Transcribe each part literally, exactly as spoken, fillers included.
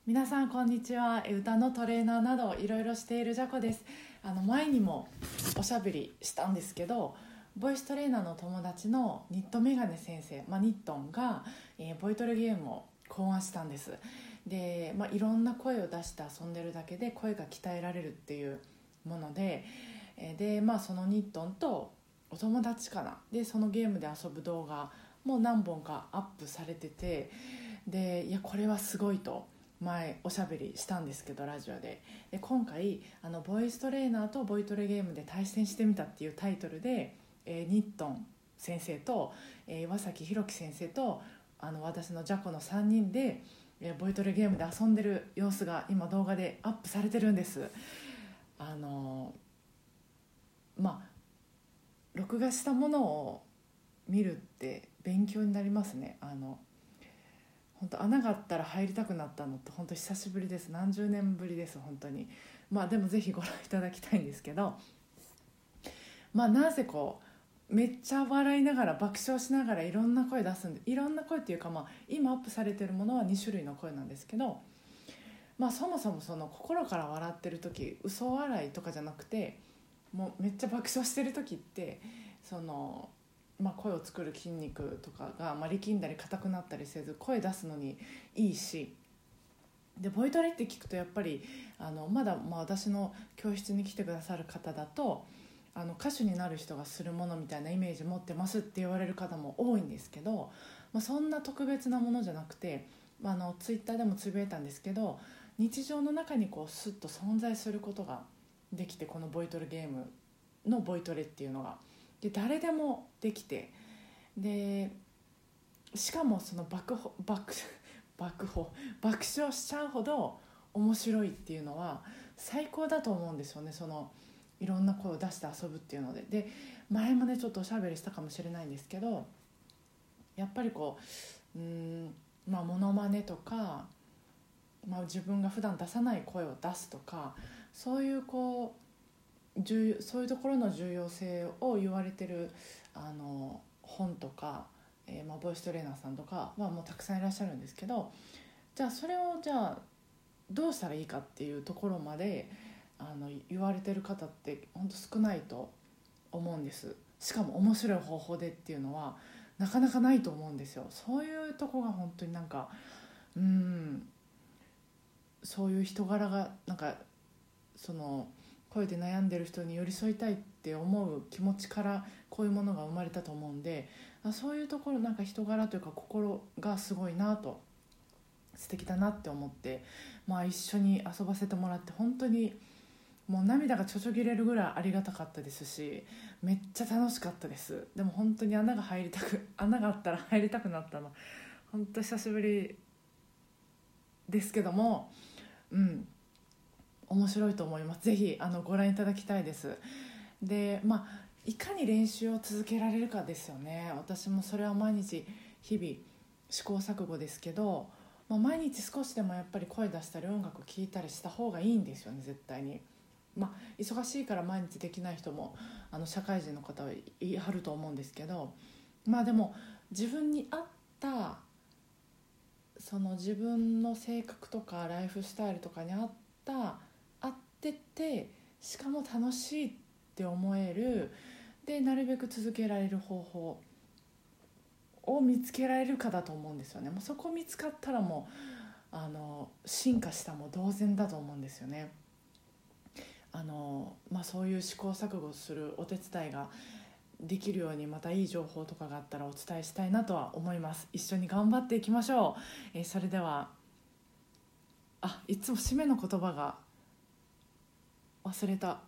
皆さんこんにちは。歌のトレーナーなどいろいろしているジャコです。あの前にもおしゃべりしたんですけど、ボイストレーナーの友達のニットメガネ先生、まあ、ニットンが、えー、ボイトレゲームを考案したんです。で、まあ、いろんな声を出して遊んでるだけで声が鍛えられるっていうもので、えーで、まあ、そのニットンとお友達かなでそのゲームで遊ぶ動画もう何本かアップされてて、でいやこれはすごいと前おしゃべりしたんですけど、ラジオで。で今回あのボイストレーナーとボイトレゲームで対戦してみたっていうタイトルで、えー、ニットン先生と、えー、岩崎宏樹先生とあの私のジャコのさんにんで、えー、ボイトレゲームで遊んでる様子が今動画でアップされてるんです。あのー、まあ録画したものを見るって勉強になりますね。あの本当穴があったら入りたくなったのって本当久しぶりです。何十年ぶりです本当に。まあでもぜひご覧いただきたいんですけど、まあなぜこうめっちゃ笑いながら爆笑しながらいろんな声出すんで、いろんな声っていうか、まあ今アップされてるものはに種類の声なんですけど、まあそもそもその心から笑ってる時、嘘笑いとかじゃなくて、もうめっちゃ爆笑してる時ってそのまあ、声を作る筋肉とかが、まあ、力んだり硬くなったりせず声出すのにいいし、でボイトレって聞くとやっぱりあのまだ、まあ、私の教室に来てくださる方だとあの歌手になる人がするものみたいなイメージ持ってますって言われる方も多いんですけど、まあ、そんな特別なものじゃなくて、まあ、あのツイッターでもつぶやいたんですけど、日常の中にこうスッと存在することができて、このボイトレゲームのボイトレっていうのがで誰でもできて、でしかもその爆爆爆爆笑しちゃうほど面白いっていうのは最高だと思うんですよね。そのいろんな声を出して遊ぶっていうので、で前もねちょっとおしゃべりしたかもしれないんですけど、やっぱりこううーんまあモノマネとか、まあ、自分が普段出さない声を出すとか、そういうこう重そういうところの重要性を言われてるあの本とか、えーまあ、ボイストレーナーさんとかはもうたくさんいらっしゃるんですけど、じゃあそれをじゃあどうしたらいいかっていうところまであの言われてる方って本当少ないと思うんです。しかも面白い方法でっていうのはなかなかないと思うんですよ。そういうとこが本当になんかうーんそういう人柄がなんかその声で悩んでる人に寄り添いたいって思う気持ちからこういうものが生まれたと思うんで、そういうところなんか人柄というか心がすごいなと、素敵だなって思って、まあ、一緒に遊ばせてもらって本当にもう涙がちょちょぎれるぐらいありがたかったですし、めっちゃ楽しかったです。でも本当に穴が入りたく穴があったら入りたくなったの本当久しぶりですけども、うん面白いと思います。ぜひあのご覧いただきたいです。でまあいかに練習を続けられるかですよね。私もそれは毎日日々試行錯誤ですけど、まあ、毎日少しでもやっぱり声出したり音楽聴いたりした方がいいんですよね、絶対に。まあ忙しいから毎日できない人もあの社会人の方はいはると思うんですけど、まあでも自分に合ったその自分の性格とかライフスタイルとかに合った合ってて、しかも楽しいって思える、でなるべく続けられる方法を見つけられるかだと思うんですよね。もうそこ見つかったらもうあの進化したも同然だと思うんですよね。あの、まあ、そういう試行錯誤するお手伝いができるようにまたいい情報とかがあったらお伝えしたいなとは思います。一緒に頑張っていきましょう。えーそれではあいつも締めの言葉が忘れた。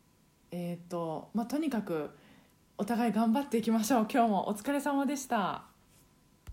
えっ、とまあとにかくお互い頑張っていきましょう。今日もお疲れ様でした。